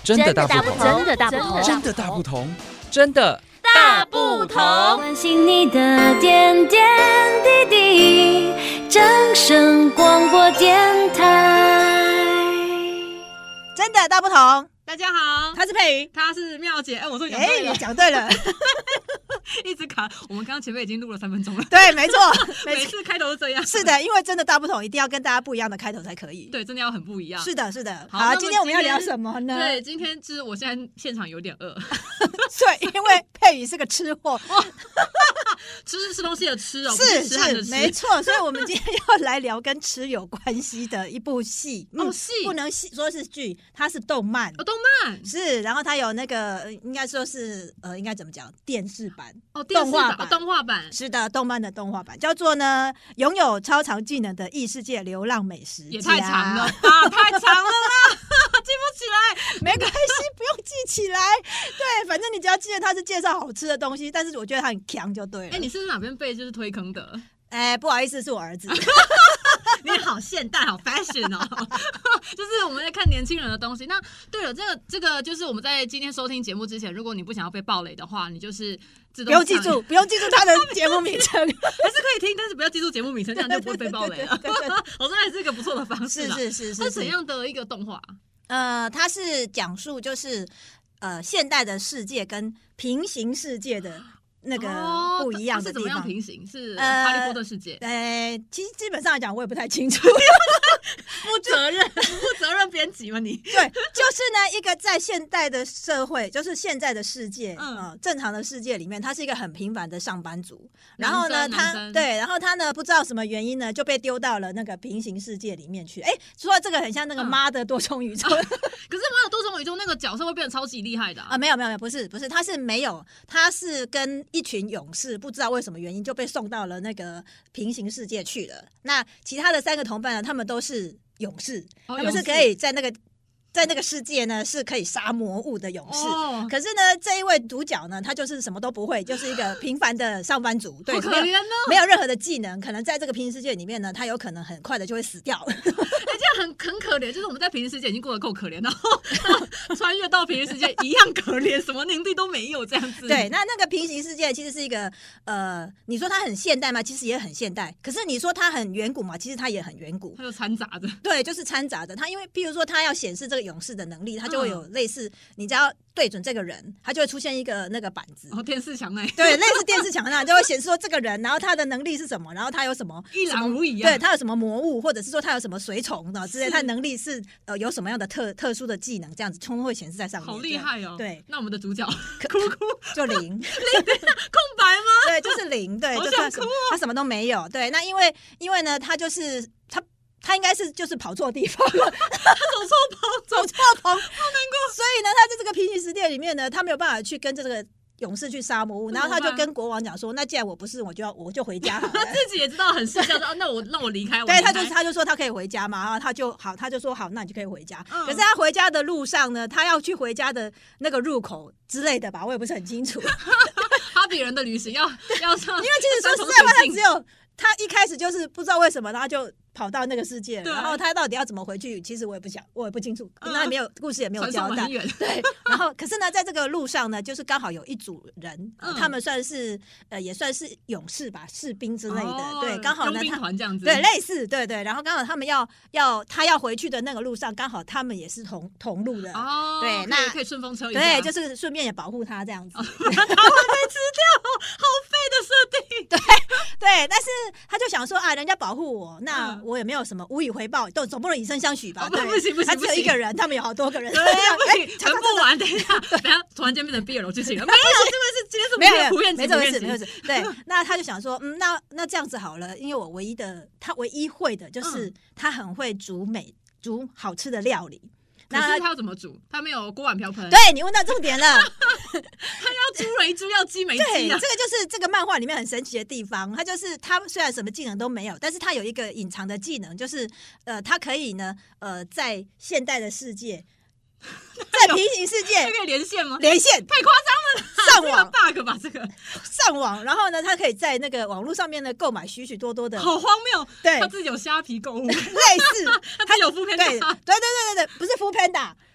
真的大不同， 真的大不同， 真的大不同，真的大不同。 关心你的点点滴滴，掌声广播电台。 真的大不同。 大家好， 他是佩瑜， 他是妙姐。我说讲对了， 讲对了， 一直卡。我们刚刚前面已经录了3分钟了。 对，没错， 每次开头都这样。 是的，因为真的大不同，一定要跟大家不一样的开头才可以。 对，真的要很不一样。 是的，是的。好，今天我们要聊什么呢？ 对，今天就是我现在现场有点饿。 对，因为佩瑜是个吃货， 吃东西的吃哦， 是没错。所以我们今天要来聊跟吃有关系的一部戏。 戏不能说是剧，它是动漫。 动漫是，然后它有那个应该说是应该怎么讲？电视版动画版是的，动漫的动画版叫做呢，拥有超长技能的异世界流浪美食家。 也太长了吧，太长了啦，记不起来。 没关系，不用记起来。对，反正你只要记得它是介绍好吃的东西，但是我觉得它很强就对了。 你是哪边被就是推坑的？ 不好意思，是我儿子。 你好现代，好 fashion 哦！就是我们在看年轻人的东西。那对了，这个就是我们在今天收听节目之前，如果你不想要被爆雷的话，你就是自动不用记住他的节目名称， 还是可以听，但是不要记住节目名称，这样就不会被爆雷了。我说还是一个不错的方式。 是。 它是怎样的一个动画？ 它是讲述就是现代的世界跟平行世界的那个不一样的地方。是怎么样平行？是哈利波特世界？ 其实基本上来讲我也不太清楚。 负责任编辑吗你？ 对，就是呢，一个在现代的社会，就是现在的世界，正常的世界里面，他是一个很平凡的上班族。然后呢，然后他呢，不知道什么原因呢，就被丢到了那个平行世界里面去。说到这个很像那个妈的多重宇宙。可是妈的多重宇宙那个角色会变得超级厉害的啊？ 没有，不是，他是没有，他是跟一群勇士不知道为什么原因就被送到了那个平行世界去了。那其他的3个同伴呢，他们都是勇士，他们是可以在那个世界呢是可以杀魔物的勇士。可是呢，这一位主角呢，他就是什么都不会，就是一个平凡的上班族。对， 好可怜哦， 没有任何的技能，可能在这个平行世界里面呢，他有可能很快的就会死掉了。 这样很可怜，就是我们在平行世界已经过得够可怜，然后穿越到平行世界一样可怜，什么能力都没有这样子。 对，那个平行世界其实是一个你说它很现代吗？其实也很现代。可是你说它很远古嘛？其实它也很远古。 它就掺杂的。 对，就是掺杂的。它因为譬如说它要显示这个勇士的能力，它就会有类似，你只要对准这个人，它就会出现一个那个板子。 电视墙对，类似电视墙那就会显示说这个人，然后他的能力是什么，然后他有什么一览无遗。 对，他有什么魔物，或者是说他有什么随从的之类，他能力是有什么样的特殊的技能，这样子通通会显示在上面。 好厉害哦！ 对， 那我们的主角哭就0， 空白吗？ 对，就是0，对，就是他什么都没有。对，那因为呢，他就是他应该是就是跑错地方了，走错棚，好难过。所以呢，他在这个平行世界里面呢，他没有办法去跟这个勇士去杀魔物，然后他就跟国王讲说：“那既然我不是，我就回家好了。” 他自己也知道很识相，说：“那让我离开。” 对，他就说他可以回家嘛，然后他就说好，那你就可以回家。可是他回家的路上呢，他要去回家的那个入口之类的吧，我也不是很清楚。 哈比人的旅行要上，因为其实说实在话，他只有他一开始就是不知道为什么，他就跑到那个世界，然后他到底要怎么回去，其实我也不清楚，那故事也没有交代。对，然后可是呢，在这个路上呢，就是刚好有一组人，他们算是也算是勇士吧，士兵之类的。对，刚好呢， 佣兵团这样子。 对，类似，对，然后刚好他们他要回去的那个路上，刚好他们也是同路的。对，那可以顺风车一下。 对，就是顺便也保护他这样子。 他会被吃掉，好废的设定。 对，但是他就想说啊，人家保护我，那我也没有什么无以回报，总不能以身相许吧？ 不行， 他只有一个人，他们有好多个人， 对，传不完。等一下，突然间变成 BL 剧情了，没有，这个是今天是没这回事。对，那他就想说，那这样子好了，因为他唯一会的就是他很会煮好吃的料理。 可是他要怎么煮？他没有锅碗瓢盆。 对，你问到重点了。 他要猪没猪，要鸡没鸡啊！ 对，这个就是这个漫画里面很神奇的地方。他虽然什么技能都没有，但是他有一个隐藏的技能，就是他可以呢在现代的世界。在平行世界可以连线吗？ 连线太夸张了， 上网 bug 吧这个上网，然后呢，他可以在那个网络上面呢购买许多的， 好荒谬。 对， 他自己有虾皮购物， 类似他有Foodpanda， 对，不是Foodpanda，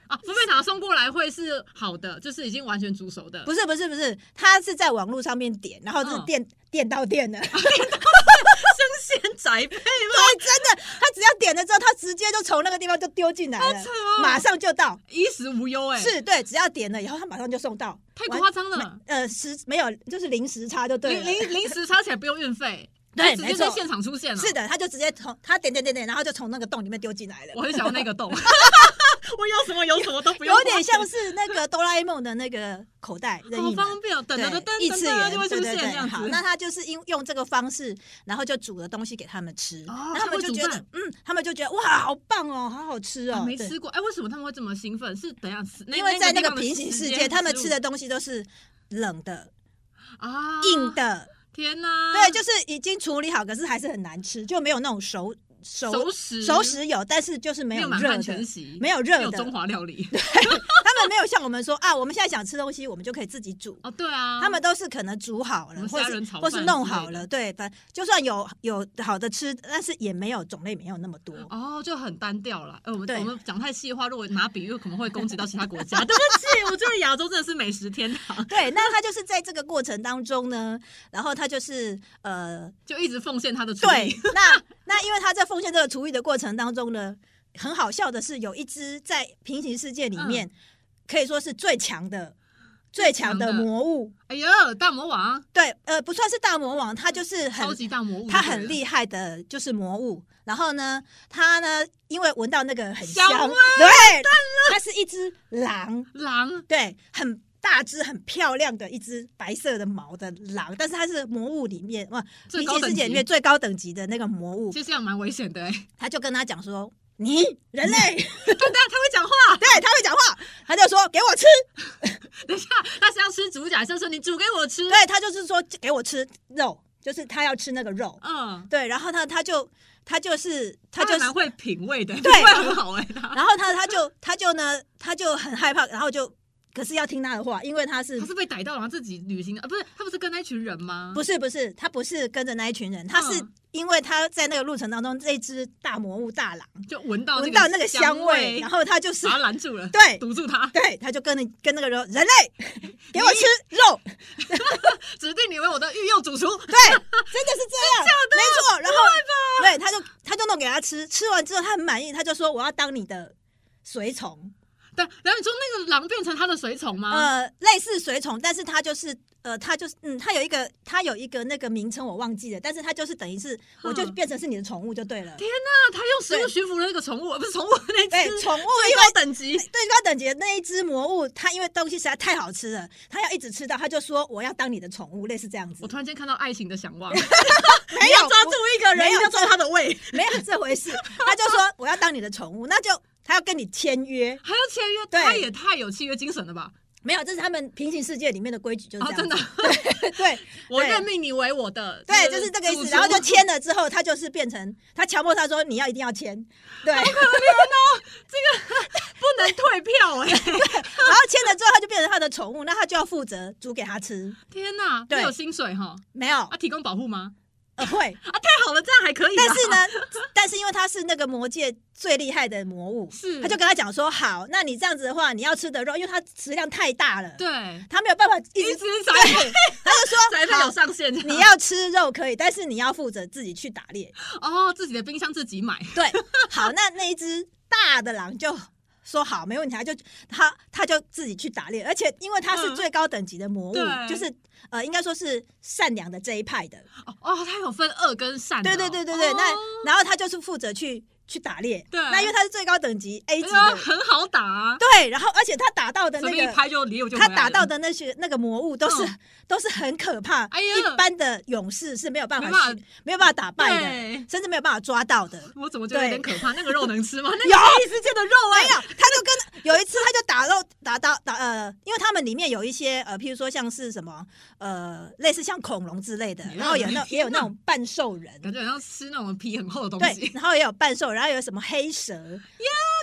啊，福贝塔送过来会是好的，就是已经完全煮熟的。 不是，他是在网络上面点，然后是店到店的。 生鲜宅配吗？ 对，真的，他只要点了之后，他直接就从那个地方就丢进来了， 好扯哦， 马上就到， 衣食无忧哎。 是对，只要点了以后，他马上就送到。 太夸张了。 没有，就是零时差就对了， 零时差起来不用运费。 对， 直接在现场出现了。 是的，他就直接从他点，然后就从那个洞里面丢进来了。 我很想要那个洞，我有什么都不用。 有点像是那个哆啦 A 梦的那个口袋， 好方便哦， 异次元就会出现这样子。 好，那他就是用这个方式，然后就煮了东西给他们吃，然后他们就觉得，他们就觉得哇，好棒哦，好好吃哦。 没吃过，为什么他们会这么兴奋？是等一下吃？ 因为在那个平行世界，他们吃的东西都是冷的啊，硬的。 天哪！ 对，就是已经处理好，可是还是很难吃，就没有那种熟食有，但是就是没有热的，没有热的， 没有中华料理。 对，他们没有像我们说啊，我们现在想吃东西，我们就可以自己煮。 哦，对啊， 他们都是可能煮好了，或是弄好了。对，就算有好的吃，但是也没有种类没有那么多。 哦，就很单调啦。我们讲太细化，如果拿比喻，可能会攻击到其他国家。对不起，我觉得亚洲真的是美食天堂。 对，那他就是在这个过程当中呢，然后他就是就一直奉献他的厨艺。 对，那因为他在奉献这个厨艺的过程当中呢，很好笑的是，有一只在平行世界里面可以说是最强的魔物。 哎呀，大魔王。 对，不算是大魔王，他就是超级大魔物， 他很厉害的，就是魔物。然后呢，他呢，因为闻到那个很香，对，它是一只狼，对，很大只很漂亮的一只白色的毛的狼，但是它是魔物里面平行世界里面最高等级的那个魔物， 其实这样蛮危险的。 他就跟他讲说：“你人类， 他会讲话， 对，他会讲话，他就说给我吃。 等一下，他是要吃主角，就说你煮给我吃。 对，他就是说给我吃肉，就是他要吃那个肉。对，然后他就是蛮会品味的， 对， 很好然后他就很害怕，然后就。可是要听他的话，因为他是被逮到，然后自己旅行的，不是他不是跟那一群人吗？ 不是，他不是跟着那一群人，他是因为他在那个路程当中，这只大魔物大狼就闻到那个香味，然后他就是把他拦住了， 对， 堵住他， 对，他就跟那个人类给我吃肉， 指定你为我的御用主厨， 对，真的是这样，没错，然后对，他就弄给他吃，吃完之后他很满意，他就说我要当你的随从。 对，然后你说那个狼变成他的随从吗？ 类似随从，但是他就是他有一个那个名称我忘记了，但是他就是等于是我就变成是你的宠物就对了。 天哪，他用食物驯服了那个宠物，不是宠物那只， 对，宠物最高等级， 最高等级的那一只魔物，他因为东西实在太好吃了，他要一直吃到，他就说我要当你的宠物，类似这样子。 我突然间看到爱情的想望， 没有抓住一个人，要抓他的胃， 没有这回事。他就说我要当你的宠物，那就。他要跟你签约， 还要签约，他也太有契约精神了吧？ 没有，这是他们平行世界里面的规矩，就是这样。 真的， 对， 我任命你为我的， 对，就是这个意思。然后就签了之后，他就是变成他强迫他说你要一定要签，对， 好可怜哦，这个不能退票哎。 然后签了之后，他就变成他的宠物，那他就要负责煮给他吃。 天哪，没有薪水哈？ 没有， 提供保护吗？ 会太好了，这样还可以。 但是因为他是那个魔界最厉害的魔物，他就跟他讲说：好，那你这样子的话，你要吃的肉，因为它食量太大了， 对， 他没有办法一直宰配， 他就说宰配有上限， 你要吃肉可以，但是你要负责自己去打猎自己的冰箱自己买。对， 好，那一只大的狼就。说好没问题，他就自己去打猎，而且因为他是最高等级的魔物，就是应该说是善良的这一派的他有分恶跟善的， 对，那然后他就是负责去打猎， 对， 那因为他是最高等级 A 级的， 很好打， 对，然后而且他打到的那个一拍就离我就他打到的那个魔物都是很可怕，一般的勇士是没有办法打败的，甚至没有办法抓到的。 我怎么觉得有点可怕？那个肉能吃吗？那有异世界的肉没有，他就跟有一次他就打到因为他们里面有一些譬如说像是什么类似像恐龙之类的，然后也有那种半兽人， 感觉好像吃那种皮很厚的东西， 对，然后也有半兽人。然后有什么黑蛇呀？ 天哪！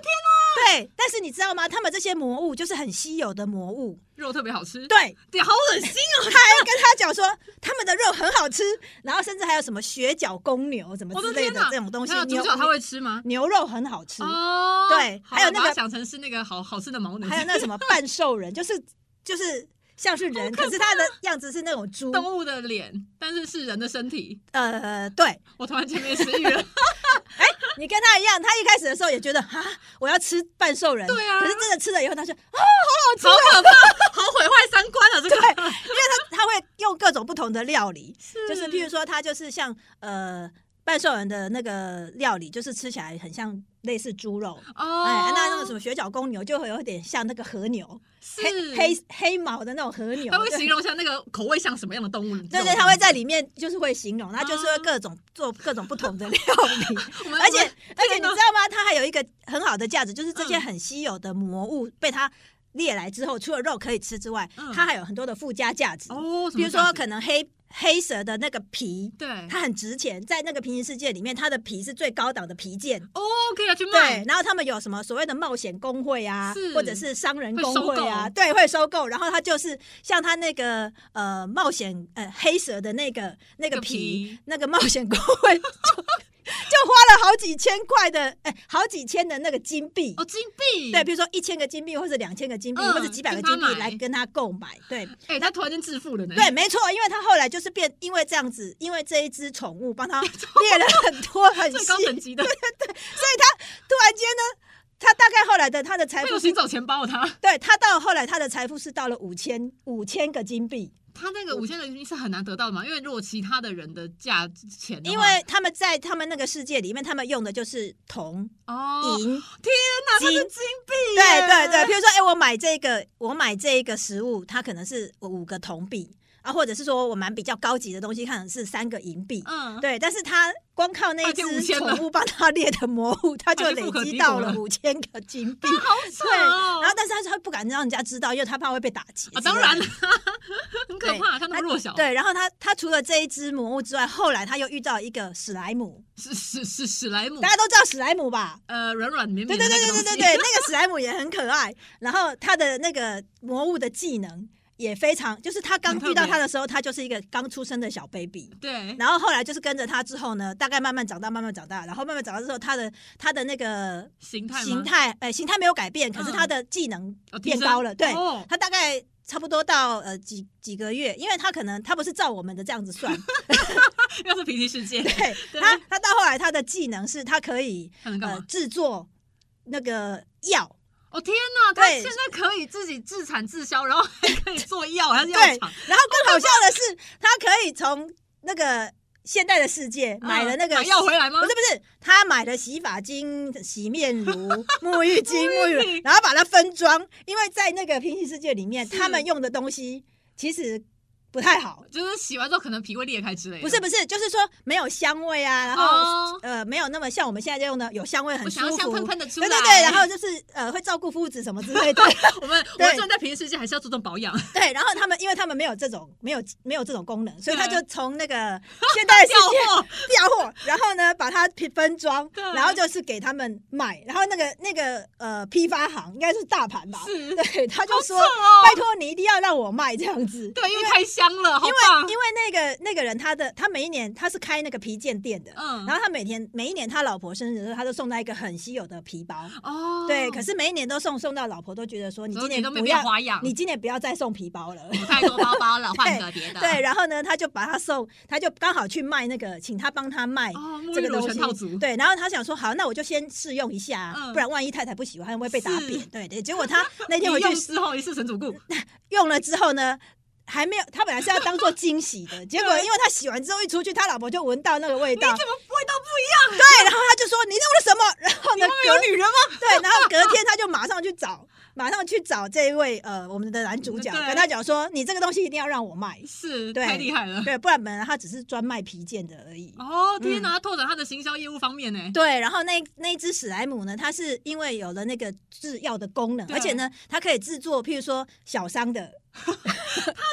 对，但是你知道吗？他们这些魔物就是很稀有的魔物， 肉特别好吃。 对， 好恶心哦！ 他还跟他讲说他们的肉很好吃，然后甚至还有什么雪角公牛什么之类的这种东西。 主角他会吃吗？ 牛肉很好吃哦， 对，还有那个想成是那个好吃的毛能， 还有那什么半兽人，就是像是人，可是他的样子是那种猪动物的脸，但是是人的身体。 对， 我突然间没食欲了。 你跟他一样，他一开始的时候也觉得啊，我要吃半兽人， 对啊， 可是真的吃了以后，他说啊，好好吃， 好可怕，好毁坏三观啊！这个， 对，因为他会用各种不同的料理，就是譬如说，他就是像半兽人的那个料理，就是吃起来很像类似猪肉哦，那个什么雪角公牛就会有点像那个和牛，黑毛的那种和牛， 他会形容一下那个口味像什么样的动物？ 对，他会在里面就是会形容，他就是会做各种不同的料理，而且你知道吗？它还有一个很好的价值，就是这些很稀有的魔物被它列来之后，除了肉可以吃之外，它还有很多的附加价值哦，比如说可能黑蛇的那个皮， 对， 它很值钱，在那个平行世界里面，它的皮是最高档的皮件哦，可以拿去卖。 对，然后他们有什么所谓的冒险工会啊，或者是商人工会啊，对，会收购。然后它就是像它那个冒险黑蛇的那个皮，那个冒险工会就花了好几千块的好几千的那个金币哦，金币， 对，比如说1000个金币或者2000个金币或者几百个金币来跟他购买，对， 他突然间致富了呢。 对，没错，因为他后来就是因为这样子，因为这一只宠物帮他列了很多很最高等级的， 对，所以他突然间呢，他大概后来他的财富是行走钱包， 对，他到后来他的财富是到了5000个金币。 他那个5000个金币是很难得到的嘛？因为如果其他的人的价钱， 因为他们在他们那个世界里面，他们用的就是铜、银。 天哪，这是金币！ 对，比如说，我买这个食物，它可能是5个铜币啊，或者是说我买比较高级的东西，可能是3个银币。对，但是他光靠那只宠物帮他列的魔物，他就累积到了5000个金币。 好扯哦！ 然后，但是他不敢让人家知道，因为他怕会被打劫。 当然了，很可怕，他那么弱小。 对，然后他除了这一只魔物之外，后来他又遇到一个史莱姆， 是史莱姆， 大家都知道史莱姆吧？ 软软绵绵的。 对，那个史莱姆也很可爱。然后他的那个魔物的技能也非常，就是他刚遇到他的时候，他就是一个刚出生的小 baby。 对。 然后后来就是跟着他之后呢，大概慢慢长大，然后慢慢长大之后，他的那个形态没有改变，可是他的技能变高了。对，他大概差不多到几个月，因为他不是照我们的这样子算， 要是平行世界。 对，他到后来他的技能是他可以制作那个药。 哦天哪！他现在可以自己自产自销，然后还可以做药，还是药厂。 然后更好笑的是，他可以从那个现代的世界买了那个药回来吗？ 不是，他买了洗发精、洗面乳、沐浴乳，然后把它分装，因为在那个平行世界里面，他们用的东西其实不太好， 就是洗完之后可能皮会裂开之类的。 不是，就是说没有香味啊，然后没有那么像我们现在用的有香味，很舒服， 香喷喷的出来。 对，然后就是会照顾肤质什么之类的。 我们虽然在平行世界还是要注重保养。 对，然后因为他们没有这种功能，所以他就从那个现代世界调货，然后呢把它分装，然后就是给他们卖，然后那个批发行应该是大盘吧，对，他就说拜托你一定要让我卖这样子， 对，因为太香了，好棒。 因为那个人他每一年他是开那个皮件店的，然后他每一年他老婆生日的时候，他都送他一个很稀有的皮包哦，对，可是每一年都送到老婆都觉得说你今年都没有花样， 你今年不要再送皮包了， 太多包了，换个别的。 对，然后呢，他就把他他就刚好去卖那个，请他帮他卖这个东西，对，然后他想说好，那我就先试用一下，不然万一太太不喜欢会被打扁，对，结果他那天回去用之后一试成主顾， 用了之后呢。还没有，他本来是要当做惊喜的，结果因为他洗完之后一出去，他老婆就闻到那个味道， 你怎么味道不一样？ 对，然后他就说你弄了什么？然后呢， 有女人吗？ 对，然后隔天他就马上去找这一位我们的男主角，跟他讲说你这个东西一定要让我卖， 是太厉害了， 对，不然本来他只是专卖皮件的而已。 哦，天哪，拓展他的行销业务方面呢？ 对，然后那一只史莱姆呢，它是因为有了那个制药的功能，而且呢，它可以制作譬如说小伤的。 他真的无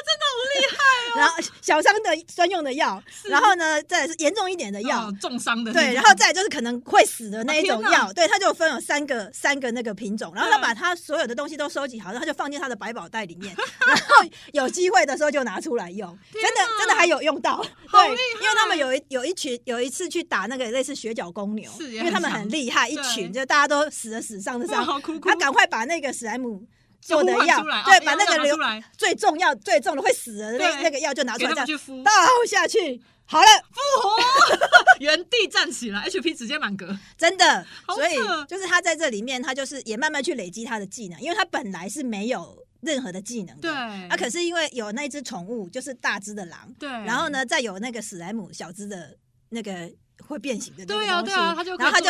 厉害然后小伤的专用的药，然后呢再来是严重一点的药， 重伤的那种， 对，然后再来就是可能会死的那一种药，对，他就分有三个那个品种，然后他把他所有的东西都收集好，然后他就放进他的百宝袋里面，然后有机会的时候就拿出来用，真的还有用到，对，因为他们有一次去打那个类似雪角公牛，因为他们很厉害，一群就大家都死的死伤的伤，他赶快把那个史莱姆做的药，对，把那个最重的会死的那个药就拿出来，倒下去，好了， 复活，原地站起来 ，HP 直接满格， 真的。所以就是他在这里面，他就是也慢慢去累积他的技能，因为他本来是没有任何的技能的， 对， 可是因为有那只宠物，就是大只的狼， 对， 然后呢，再有那个史莱姆小只的那个会变形的那个东西， 对啊，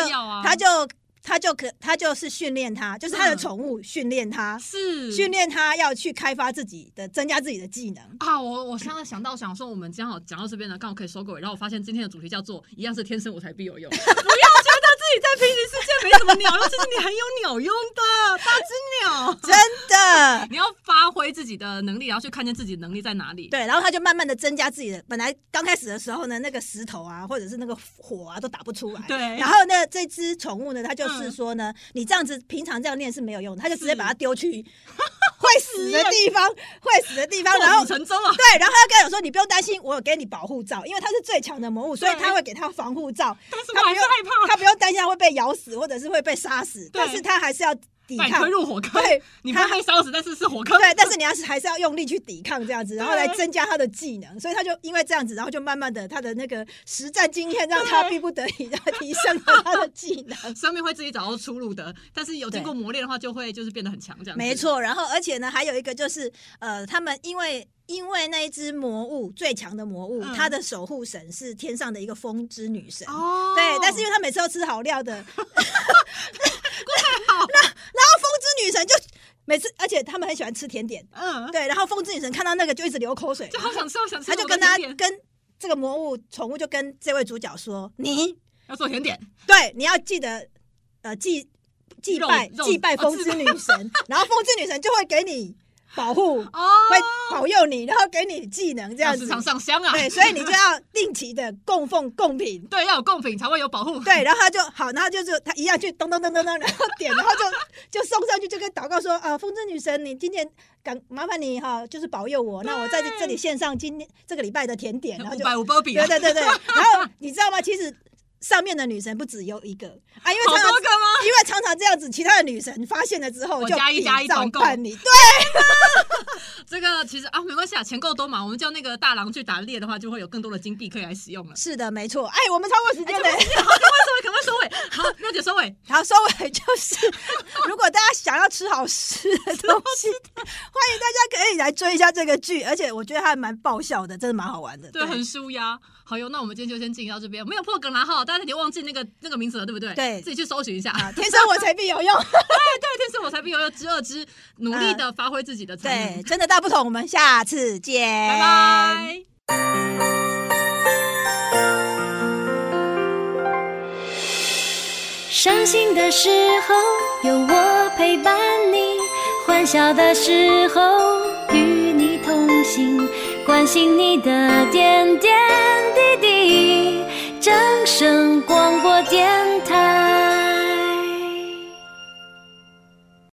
他就是训练他，就是他的宠物训练他，训练他要去开发自己的，增加自己的技能啊！我现在想说，我们刚好讲到这边呢，刚好可以收个尾。然后我发现今天的主题叫做“一样是天生我材必有用”，不要觉得自己在平行世界没什么鸟用，其实你很有鸟用的，大只鸟， 真的， 你要发挥自己的能力，然后去看见自己的能力在哪里。 对，然后他就慢慢的增加自己的，本来刚开始的时候呢，那个石头啊，或者是那个火啊，都打不出来。 对， 然后呢，这只宠物呢，它就是说呢，你这样子平常这样练是没有用的，他就直接把它丢去会死的地方，然后成舟啊。 对，然后他跟我说，你不用担心，我有给你保护罩，因为它是最强的魔物，所以他会给他防护罩。 但是我还是害怕， 他不用担心他会被咬死，或者是会被杀死，但是他还是要抵抗， 推入火坑。 对， 你不会被烧死，但是是火坑。 对，但是你还是要用力去抵抗这样子，然后来增加他的技能。所以他就因为这样子，然后就慢慢的他的那个实战经验，让他逼不得已的提升了他的技能。 生命会自己找到出路的，但是有经过磨练的话，就会就是变得很强这样子。 没错，然后而且呢，还有一个就是他们因为那一只魔物最强的魔物，它的守护神是天上的一个风之女神。哦，对，但是因为他每次都吃好料的，太好了。然后风之女神就每次，而且他们很喜欢吃甜点。对，然后风之女神看到那个就一直流口水， 就好想吃，好想吃。 他就跟这个魔物宠物就跟这位主角说：“你要做甜点， 对，你要记得祭拜风之女神，然后风之女神就会给你。”保护会保佑你，然后给你技能，这样子时常上香啊。 对，所以你就要定期的供奉贡品。 对，要有贡品才会有保护。 对，然后他就好，然后就是他一样去咚咚咚咚咚，然后点，然后就送上去，就跟祷告说风之女神，你今天麻烦你哈，就是保佑我。那我在这里献上今天这个礼拜的甜点，然后就 550波比。 对。然后你知道吗？其实。上面的女神不只有一个啊，因为常常这样子，其他的女神发现了之后就加一团购办理。对， 这个其实没关系啊，钱够多嘛，我们叫那个大狼去打猎的话，就会有更多的金币可以来使用了。 是的，没错。我们超过时间了， 赶快收尾。好，六姐收尾。 好，收尾就是，如果大家想要吃好吃的东西，欢迎大家可以来追一下这个剧，而且我觉得它还蛮爆笑的，真的蛮好玩的。 对，很舒压。好哟，那我们今天就先进行到这边，没有破梗啦哈，大家别忘记那个名字了，对不对？ 对， 自己去搜寻一下。 天生我材必有用。 对，天生我材必有用之2之努力的发挥自己的才能。 对，真的大不同，我们下次见， 拜拜。 伤心的时候有我陪伴你，欢笑的时候与你同行，关心你的点点